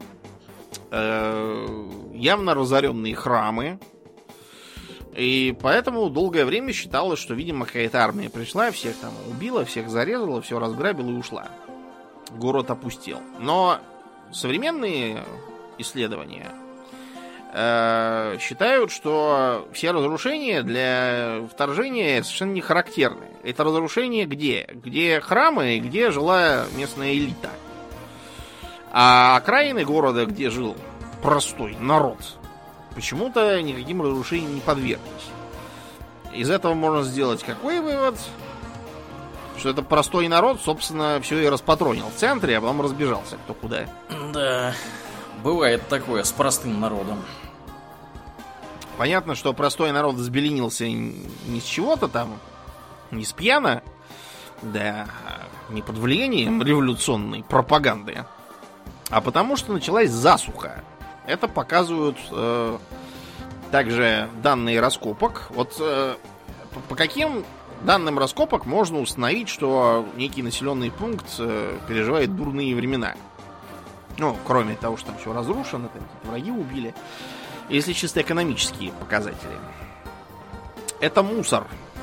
[SPEAKER 2] явно разоренные храмы. И поэтому долгое время считалось, что, видимо, какая-то армия пришла, всех там убила, всех зарезала, все разграбила и ушла. Город опустел. Но современные исследования считают, что все разрушения для вторжения совершенно не характерны. Это разрушения где? Где храмы и где жила местная элита. А окраины города, где жил простой народ, почему-то никаким разрушениям не подверглись. Из этого можно сделать какой вывод? Что это простой народ, собственно, все и распатронил в центре, а потом разбежался кто куда.
[SPEAKER 1] Да, бывает такое с простым народом.
[SPEAKER 2] Понятно, что простой народ взбеленился не с чего-то там, не с пьяна, да, не под влиянием революционной пропаганды, а потому что началась засуха. Это показывают также данные раскопок. Вот по каким данным раскопок можно установить, что некий населенный пункт переживает дурные времена? Ну, кроме того, что там все разрушено, там какие-то враги убили. Если чисто экономические показатели. Это мусор.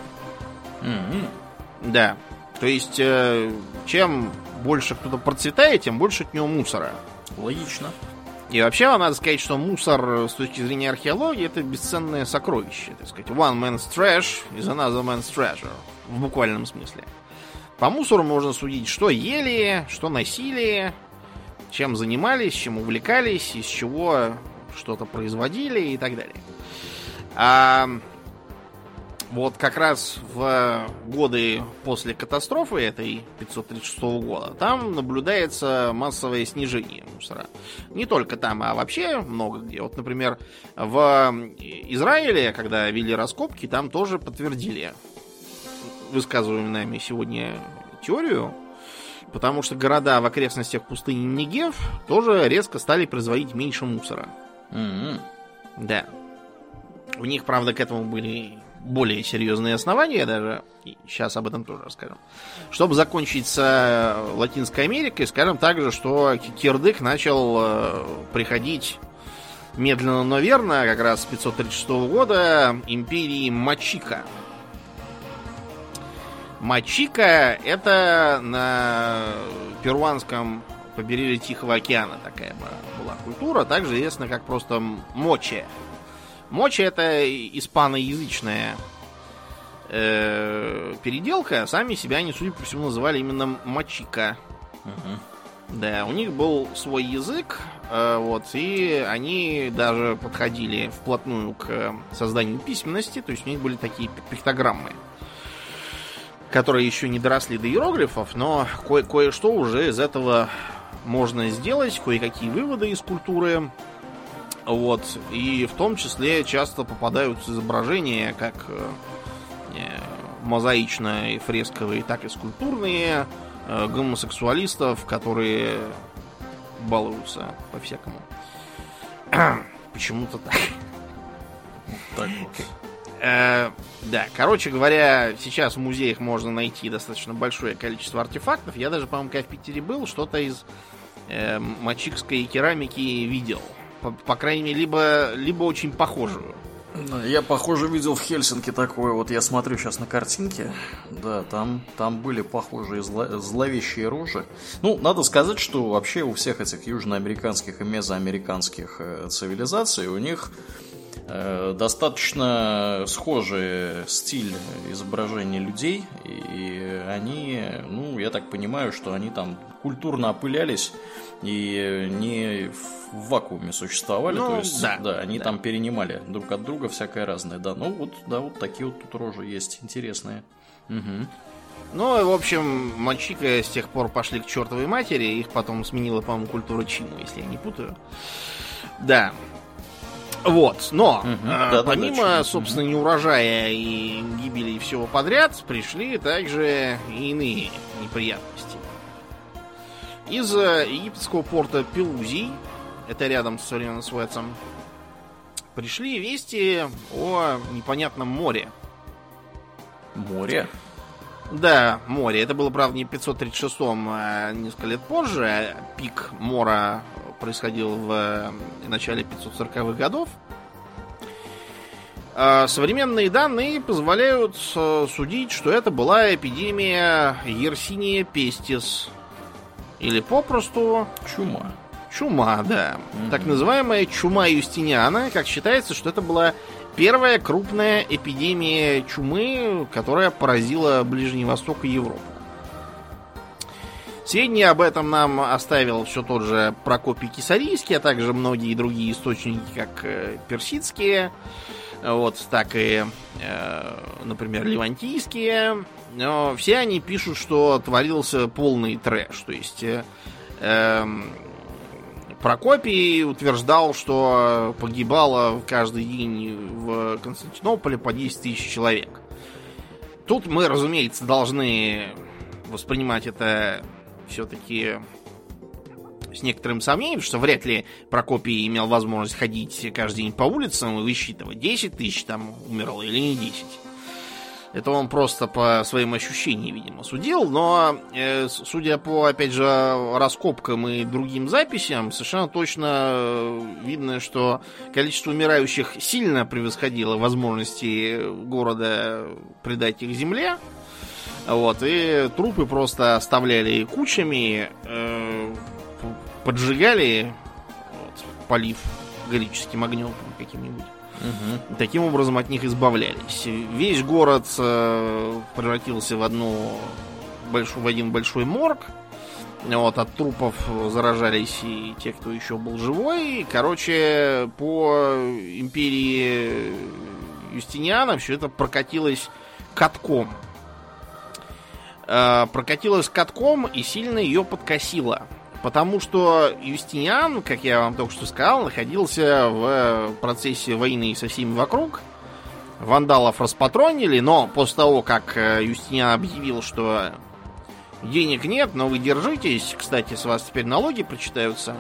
[SPEAKER 2] Да. То есть, чем больше кто-то процветает, тем больше от него мусора.
[SPEAKER 1] Логично.
[SPEAKER 2] И вообще, надо сказать, что мусор с точки зрения археологии это бесценное сокровище. Так сказать, one man's trash is another man's treasure. В буквальном смысле. По мусору можно судить, что ели, что носили, чем занимались, чем увлекались, из чего что-то производили и так далее. А вот как раз в годы после катастрофы этой 536 года там наблюдается массовое снижение мусора. Не только там, а вообще много где. Вот, например, в Израиле, когда вели раскопки, там тоже подтвердили высказываемую нами сегодня теорию, потому что города в окрестностях пустыни Негев тоже резко стали производить меньше мусора. Да. У них, правда, к этому были более серьезные основания даже, и сейчас об этом тоже расскажем, чтобы закончить с Латинской Америкой, скажем также, что кирдык начал приходить медленно, но верно, как раз с 536 года империи Мачика. Мачика — это на перуанском побережье Тихого океана такая была культура, также известна как просто Моче. Моче — это испаноязычная переделка, сами себя они, судя по всему, называли именно Мачика. Да, у них был свой язык, вот, и они даже подходили вплотную к созданию письменности, то есть у них были такие пиктограммы, которые еще не доросли до иероглифов, но кое-что уже из этого можно сделать, кое-какие выводы из культуры. Вот, и в том числе часто попадаются изображения, как мозаичные, фресковые, так и скульптурные, гомосексуалистов, которые балуются по-всякому. Почему-то так.
[SPEAKER 1] Так вот.
[SPEAKER 2] Да, короче говоря, сейчас в музеях можно найти достаточно большое количество артефактов. Я даже, по-моему, когда в Питере был, что-то из мачикской керамики видел. По крайней мере, либо очень похожую.
[SPEAKER 1] Я, похоже, видел в Хельсинки такое. Вот я смотрю сейчас на картинки. Да, там были похожие зловещие рожи. Ну, надо сказать, что вообще у всех этих южноамериканских и мезоамериканских цивилизаций у них достаточно схожий стиль изображения людей. И они, ну, я так понимаю, что они там культурно опылялись и не в вакууме существовали,
[SPEAKER 2] ну,
[SPEAKER 1] то есть,
[SPEAKER 2] да,
[SPEAKER 1] они там перенимали друг от друга всякое разное, да, ну вот, да, вот такие вот тут рожи есть интересные. Угу.
[SPEAKER 2] Ну, и, в общем, Мачика с тех пор пошли к чертовой матери, их потом сменила, по-моему, культура Чину, если я не путаю. Да. Вот, но помимо, собственно, неурожая и гибели всего подряд, пришли также и иные неприятности. Из египетского порта Пелузий, это рядом с современным Суэцем, пришли вести о непонятном море.
[SPEAKER 1] Море?
[SPEAKER 2] Да, море. Это было, правда, не в 536-м, а несколько лет позже. Пик мора происходил в начале 540-х годов. Современные данные позволяют судить, что это была эпидемия Yersinia pestis. Или попросту...
[SPEAKER 1] Чума.
[SPEAKER 2] Чума, да. Так называемая чума Юстиниана. Как считается, что это была первая крупная эпидемия чумы, которая поразила Ближний Восток и Европу. Сведения об этом нам оставил все тот же Прокопий Кесарийский, а также многие другие источники, как персидские, вот, так и, например, ливантийские. Но все они пишут, что творился полный трэш. То есть Прокопий утверждал, что погибало каждый день в Константинополе по 10 тысяч человек. Тут мы, разумеется, должны воспринимать это все-таки с некоторым сомнением, что вряд ли Прокопий имел возможность ходить каждый день по улицам и высчитывать, 10 тысяч там умерло или не 10. Это он просто по своим ощущениям, видимо, судил. Но, судя по, опять же, раскопкам и другим записям, совершенно точно видно, что количество умирающих сильно превосходило возможности города предать их земле. Вот, и трупы просто оставляли кучами, поджигали, вот, полив галлическим огнем каким-нибудь. Угу. Таким образом от них избавлялись. Весь город превратился в один большой морг. Вот, от трупов заражались и те, кто еще был живой. Короче, по империи Юстиниана все это прокатилось катком. Прокатилось катком и сильно ее подкосило. Потому что Юстиниан, как я вам только что сказал, находился в процессе войны со всеми вокруг. Вандалов распатронили, но после того, как Юстиниан объявил, что денег нет, но вы держитесь, кстати, с вас теперь налоги причитаются,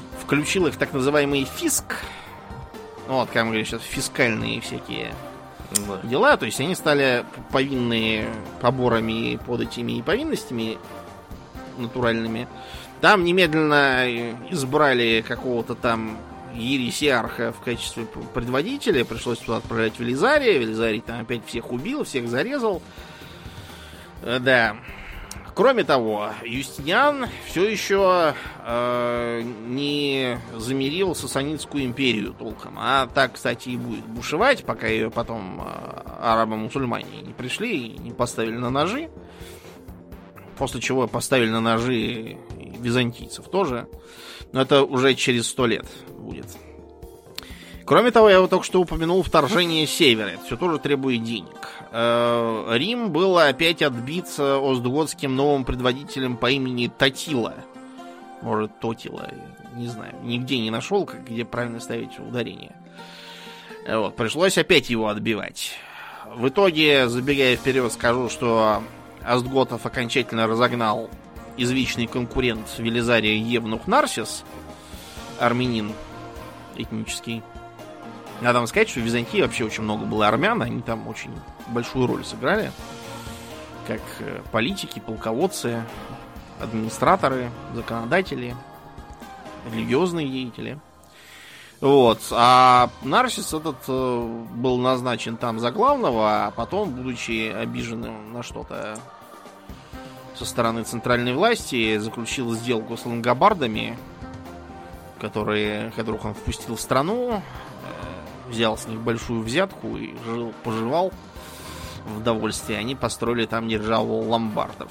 [SPEAKER 2] включил их в так называемый фиск. Вот, как мы говорим сейчас, фискальные всякие дела. То есть они стали повинны поборами под этими повинностями натуральными. Там немедленно избрали какого-то там ересиарха в качестве предводителя. Пришлось туда отправлять Велизария. Велизарий там опять всех убил, всех зарезал. Да. Кроме того, Юстиниан все еще не замирил Сасанидскую империю толком. А так, кстати, и будет бушевать, пока ее потом арабо-мусульмане не пришли и не поставили на ножи. После чего поставили на ножи византийцев тоже. Но это уже через 100 лет будет. Кроме того, я вот только что упомянул вторжение севера. Это все тоже требует денег. Рим был опять отбит остготским новым предводителем по имени Татила. Может, Тотила, не знаю. Нигде не нашел, где правильно ставить ударение. Вот, пришлось опять его отбивать. В итоге, забегая вперед, скажу, что остготов окончательно разогнал извечный конкурент Велизария Евнух Нарсис, армянин этнический. Надо вам сказать, что в Византии вообще очень много было армян, они там очень большую роль сыграли, как политики, полководцы, администраторы, законодатели, религиозные деятели. Вот. А Нарсис этот был назначен там за главного, а потом, будучи обиженным на что-то со стороны центральной власти, заключил сделку с лангобардами, которых он впустил в страну, взял с них большую взятку и поживал в довольстве. Они построили там державу ломбардов.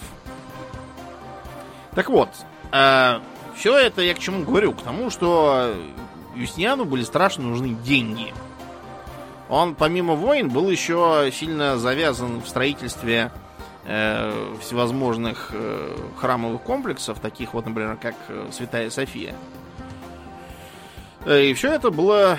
[SPEAKER 2] Так вот, все это я к чему говорю? К тому, что Юстиниану были страшно нужны деньги. Он, помимо войн, был еще сильно завязан в строительстве всевозможных храмовых комплексов, таких вот, например, как Святая София. И все это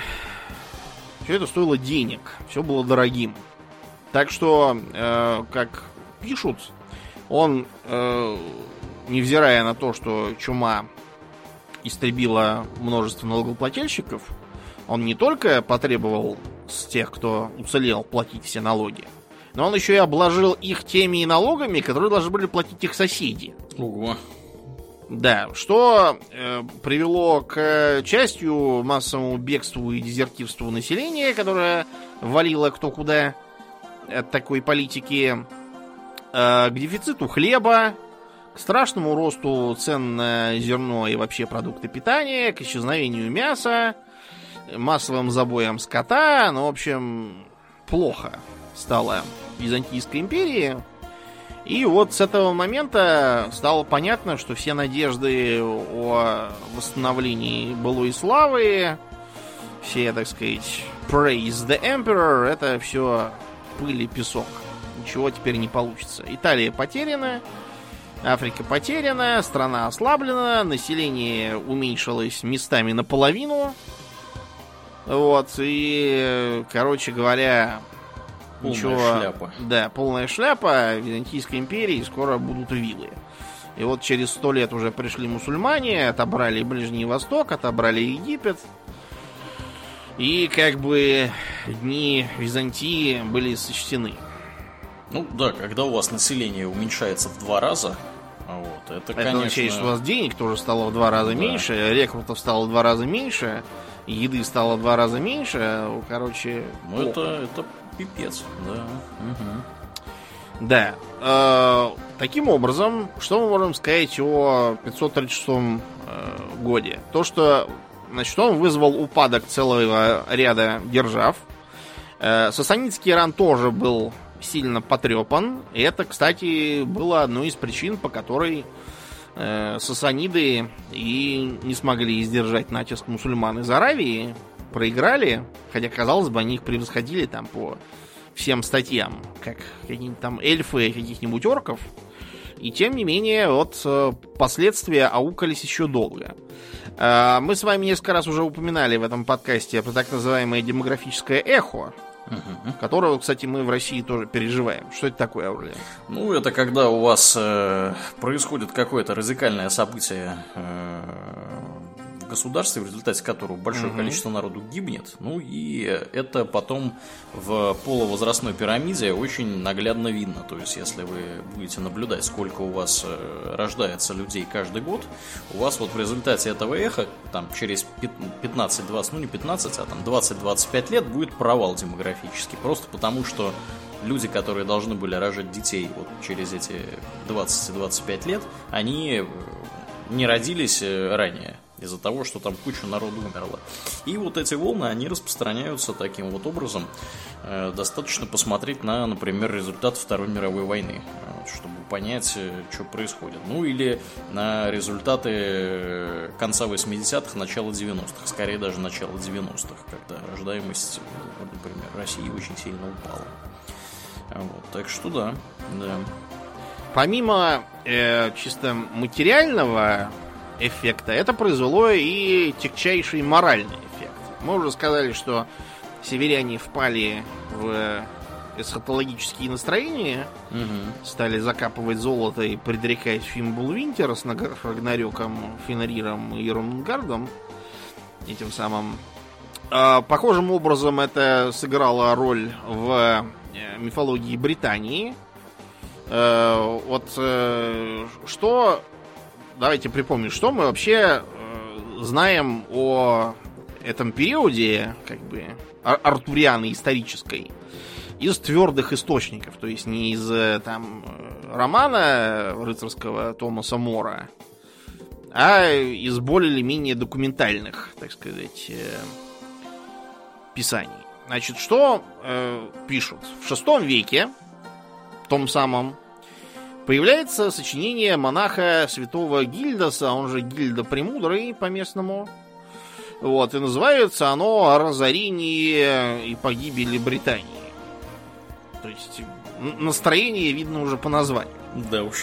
[SPEAKER 2] стоило денег, все было дорогим. Так что, как пишут, он, невзирая на то, что чума истребила множество налогоплательщиков, он не только потребовал с тех, кто уцелел, платить все налоги, но он еще и обложил их теми налогами, которые должны были платить их соседи.
[SPEAKER 1] Ого.
[SPEAKER 2] Да, что привело к частью массовому бегству и дезертирству населения, которое валило кто куда от такой политики, к дефициту хлеба, к страшному росту цен на зерно и вообще продукты питания, к исчезновению мяса, массовым забоям скота. Ну, в общем, плохо стало Византийской империи. И вот с этого момента стало понятно, что все надежды о восстановлении былой славы, все, так сказать, praise the emperor, это все пыль и песок. Ничего теперь не получится. Италия потеряна, Африка потеряна, страна ослаблена, население уменьшилось местами наполовину. Вот, и, короче говоря,
[SPEAKER 1] полная шляпа.
[SPEAKER 2] Да, полная шляпа. Византийской империи скоро будут вилы. И вот через 100 лет уже пришли мусульмане, отобрали Ближний Восток, отобрали Египет. И как бы дни Византии были сочтены.
[SPEAKER 1] Ну да, когда у вас население уменьшается в 2 раза, вот, это конечно...
[SPEAKER 2] означает, что у вас денег тоже стало в 2 раза меньше, рекрутов стало в 2 раза меньше, еды стало в 2 раза меньше, короче...
[SPEAKER 1] Ну это пипец, да. Угу.
[SPEAKER 2] Да. Таким образом, что мы можем сказать о 536 годе? То, что, значит, он вызвал упадок целого ряда держав. Сасанидский Иран тоже был сильно потрепан. И это, кстати, было одной из причин, по которой сасаниды и не смогли сдержать натиск мусульман из Аравии, проиграли, хотя, казалось бы, они их превосходили там по всем статьям, как какие-нибудь там эльфы каких-нибудь орков. И тем не менее, вот последствия аукались еще долго. Мы с вами несколько раз уже упоминали в этом подкасте про так называемое демографическое эхо, которого, кстати, мы в России тоже переживаем. Что это такое, Аурлиен?
[SPEAKER 1] Ну, это когда у вас происходит какое-то радикальное событие в государстве, в результате которого большое количество народу гибнет. Ну и это потом в полувозрастной пирамиде очень наглядно видно. То есть, если вы будете наблюдать, сколько у вас рождается людей каждый год, у вас вот в результате этого эха там через 15-20, ну не 15, а там 20-25 лет будет провал демографический. Просто потому, что люди, которые должны были рожать детей вот через эти 20-25 лет, они не родились ранее из-за того, что там куча народу умерла. И вот эти волны, они распространяются таким вот образом. Достаточно посмотреть на, например, результаты Второй мировой войны, чтобы понять, что происходит. Ну или на результаты конца 80-х, начала 90-х, скорее даже начала 90-х, когда рождаемость, например, России очень сильно упала. Вот, так что да.
[SPEAKER 2] Помимо чисто материального эффекта, это произвело и тягчайший моральный эффект. Мы уже сказали, что северяне впали в эсхатологические настроения, стали закапывать золото и предрекать Фимбулвинтер с Рагнарёком, Фенриром и Иронунгардом. Этим самым. Похожим образом это сыграло роль в мифологии Британии. Что... Давайте припомним, что мы вообще знаем о этом периоде, как бы, артурианы исторической, из твердых источников. То есть не из там романа рыцарского Томаса Мора, а из более или менее документальных, так сказать, писаний. Значит, что пишут? В VI веке, в том самом, появляется сочинение монаха святого Гильдаса, он же Гильда Премудрый по-местному. Вот, и называется оно «О разорении и погибели Британии». То есть настроение видно уже по названию.
[SPEAKER 1] Да уж.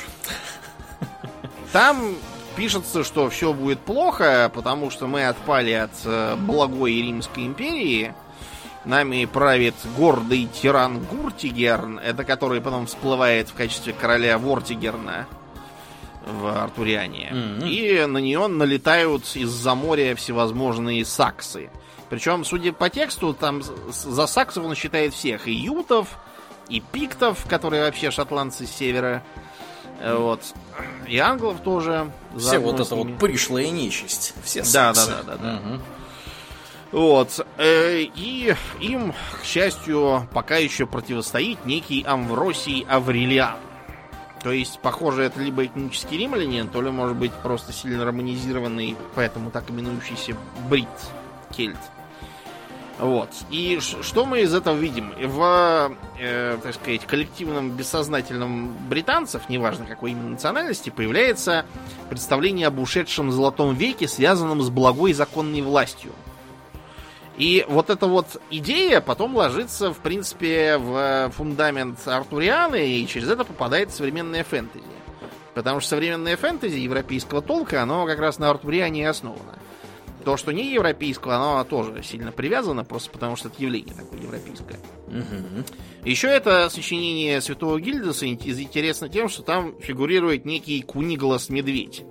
[SPEAKER 2] Там пишется, что все будет плохо, потому что мы отпали от благой Римской империи. Нами правит гордый тиран Гуртигерн, это который потом всплывает в качестве короля Вортигерна в Артуриане. И на нее налетают из-за моря всевозможные саксы. Причем, судя по тексту, там за саксов он считает всех. И ютов, и пиктов, которые вообще шотландцы с севера. Вот. И англов тоже.
[SPEAKER 1] Все вот это вот пришлая нечисть. Все саксы.
[SPEAKER 2] Да. Вот. И им, к счастью, пока еще противостоит некий Амвросий Аврелиан. То есть, похоже, это либо этнический римлянин, то ли, может быть, просто сильно романизированный, поэтому так именующийся брит, кельт. Вот. И что мы из этого видим? В, так сказать, коллективном бессознательном британцев, неважно какой именно национальности, появляется представление об ушедшем золотом веке, связанном с благой законной властью. И вот эта вот идея потом ложится, в принципе, в фундамент Артуриана, и через это попадает в современное фэнтези. Потому что современное фэнтези европейского толка, оно как раз на Артуриане и основано. То, что не европейского, оно тоже сильно привязано, просто потому что это явление такое европейское. Еще это сочинение святого Гильдаса интересно тем, что там фигурирует некий Куниглас-медведь.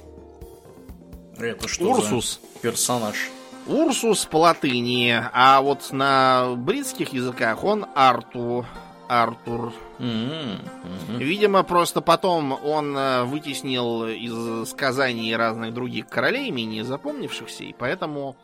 [SPEAKER 1] Это что
[SPEAKER 2] Урсус.
[SPEAKER 1] За персонаж?
[SPEAKER 2] Урсус по латыни, а вот на бритских языках он Артур. Видимо, просто потом он вытеснил из сказаний разных других королей, менее запомнившихся, и поэтому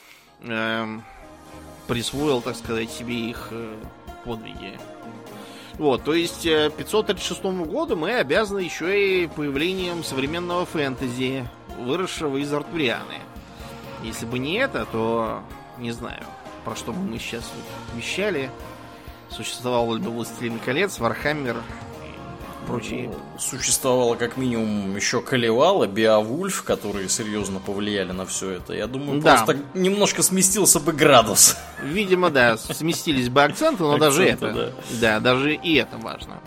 [SPEAKER 2] присвоил, так сказать, себе их подвиги. Вот, то есть 536 году мы обязаны еще и появлением современного фэнтези, выросшего из Артурианы. Если бы не это, то не знаю, про что бы мы сейчас вот вещали. Существовал ли бы «Властелин колец», «Вархаммер» и прочие.
[SPEAKER 1] Существовало как минимум еще Калевал и Беовульф, которые серьезно повлияли на все это. Я думаю, просто немножко сместился бы градус.
[SPEAKER 2] Видимо, да, сместились бы акценты, но даже это. Да, даже и это важно.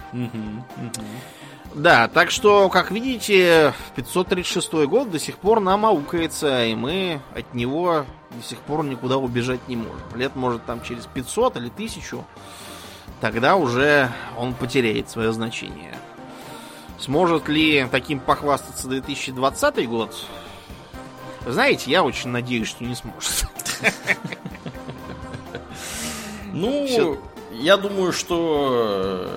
[SPEAKER 2] Да, так что, как видите, 536 год до сих пор нам аукается, и мы от него до сих пор никуда убежать не можем. Лет, может, там через 500 или 1000, тогда уже он потеряет свое значение. Сможет ли таким похвастаться 2020 год? Знаете, я очень надеюсь, что не сможет.
[SPEAKER 1] Ну, я думаю, что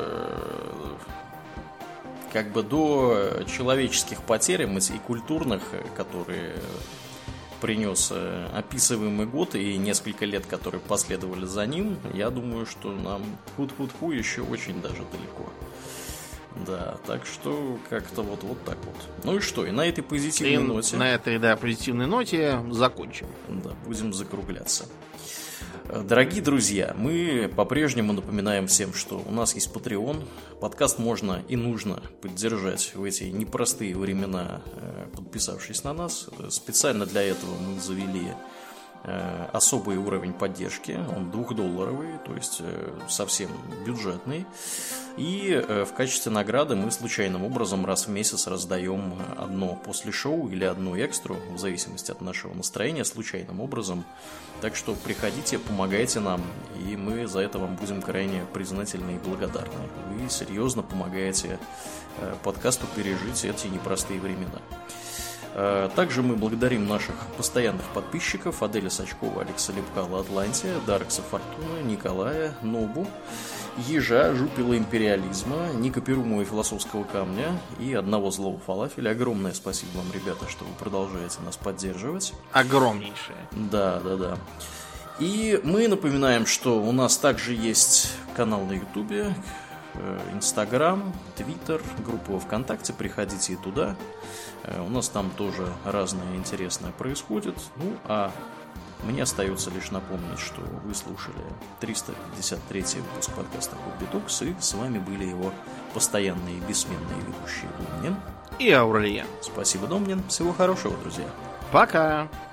[SPEAKER 1] как бы до человеческих потерь и культурных, которые принес описываемый год и несколько лет, которые последовали за ним, я думаю, что нам фу-фу-фу еще очень даже далеко. Да, так что как-то вот так вот. Ну и что, и на этой позитивной ноте...
[SPEAKER 2] На этой, да, позитивной ноте закончим.
[SPEAKER 1] Да, будем закругляться. Дорогие друзья, мы по-прежнему напоминаем всем, что у нас есть Patreon. Подкаст можно и нужно поддержать в эти непростые времена, подписавшись на нас. Специально для этого мы завели особый уровень поддержки. Он $2, то есть совсем бюджетный. И в качестве награды мы случайным образом раз в месяц раздаем одно после шоу или одну экстру, в зависимости от нашего настроения, случайным образом. Так что приходите, помогайте нам, и мы за это вам будем крайне признательны и благодарны. Вы серьезно помогаете подкасту пережить эти непростые времена. Также мы благодарим наших постоянных подписчиков: Аделя Сачкова, Алекса Лепкала, Атлантия, Даркса Фортуна, Николая, Нобу, Ежа, Жупила Империализма, Ника Перумова и Философского Камня и Одного Злого Фалафеля. Огромное спасибо вам, ребята, что вы продолжаете нас поддерживать.
[SPEAKER 2] Огромнейшее.
[SPEAKER 1] Да. И мы напоминаем, что у нас также есть канал на Ютубе, Инстаграм, Твиттер, группа ВКонтакте. Приходите и туда. У нас там тоже разное интересное происходит. Ну, а мне остается лишь напомнить, что вы слушали 353-й выпуск подкаста Хобби Токс, и с вами были его постоянные и бессменные ведущие Домнин
[SPEAKER 2] и Аурельян.
[SPEAKER 1] Спасибо, Домнин. Всего хорошего, друзья.
[SPEAKER 2] Пока.